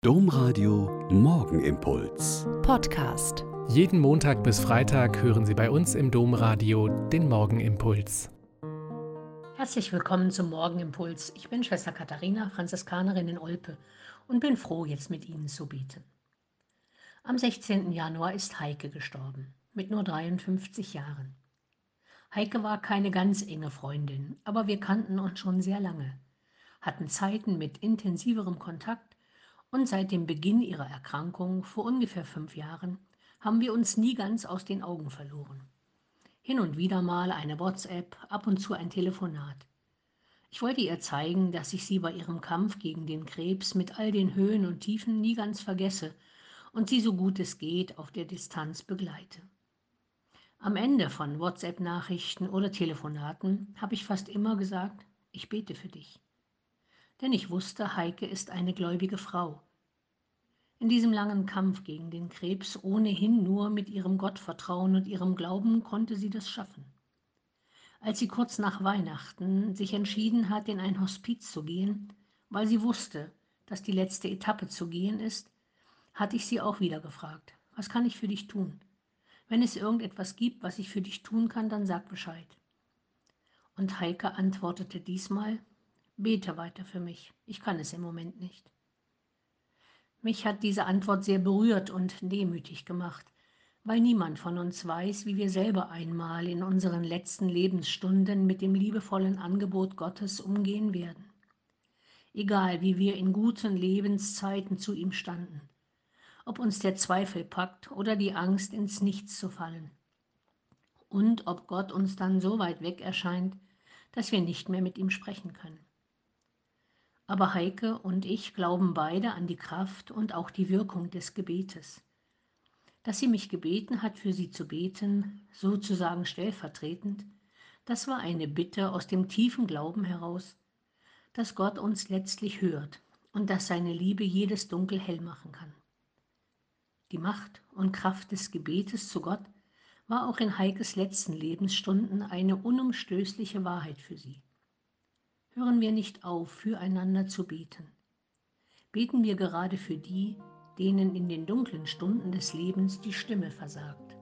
Domradio Morgenimpuls. Podcast. Jeden Montag bis Freitag hören Sie bei uns im Domradio den Morgenimpuls. Herzlich willkommen zum Morgenimpuls. Ich bin Schwester Katharina, Franziskanerin in Olpe und bin froh, jetzt mit Ihnen zu beten. Am 16. Januar ist Heike gestorben, mit nur 53 Jahren. Heike war keine ganz enge Freundin, aber wir kannten uns schon sehr lange, hatten Zeiten mit intensiverem Kontakt und seit dem Beginn ihrer Erkrankung vor ungefähr 5 Jahren haben wir uns nie ganz aus den Augen verloren. Hin und wieder mal eine WhatsApp, ab und zu ein Telefonat. Ich wollte ihr zeigen, dass ich sie bei ihrem Kampf gegen den Krebs mit all den Höhen und Tiefen nie ganz vergesse und sie so gut es geht auf der Distanz begleite. Am Ende von WhatsApp-Nachrichten oder Telefonaten habe ich fast immer gesagt, ich bete für dich. Denn ich wusste, Heike ist eine gläubige Frau. In diesem langen Kampf gegen den Krebs, ohnehin nur mit ihrem Gottvertrauen und ihrem Glauben, konnte sie das schaffen. Als sie kurz nach Weihnachten sich entschieden hat, in ein Hospiz zu gehen, weil sie wusste, dass die letzte Etappe zu gehen ist, hatte ich sie auch wieder gefragt, was kann ich für dich tun? Wenn es irgendetwas gibt, was ich für dich tun kann, dann sag Bescheid. Und Heike antwortete diesmal, bete weiter für mich, ich kann es im Moment nicht. Mich hat diese Antwort sehr berührt und demütig gemacht, weil niemand von uns weiß, wie wir selber einmal in unseren letzten Lebensstunden mit dem liebevollen Angebot Gottes umgehen werden. Egal, wie wir in guten Lebenszeiten zu ihm standen, ob uns der Zweifel packt oder die Angst, ins Nichts zu fallen. Und ob Gott uns dann so weit weg erscheint, dass wir nicht mehr mit ihm sprechen können. Aber Heike und ich glauben beide an die Kraft und auch die Wirkung des Gebetes. Dass sie mich gebeten hat, für sie zu beten, sozusagen stellvertretend, das war eine Bitte aus dem tiefen Glauben heraus, dass Gott uns letztlich hört und dass seine Liebe jedes Dunkel hell machen kann. Die Macht und Kraft des Gebetes zu Gott war auch in Heikes letzten Lebensstunden eine unumstößliche Wahrheit für sie. Hören wir nicht auf, füreinander zu beten. Beten wir gerade für die, denen in den dunklen Stunden des Lebens die Stimme versagt.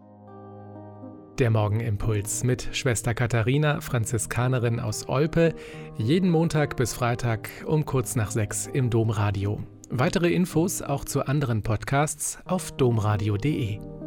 Der Morgenimpuls mit Schwester Katharina, Franziskanerin aus Olpe, jeden Montag bis Freitag um kurz nach 6 im Domradio. Weitere Infos auch zu anderen Podcasts auf domradio.de.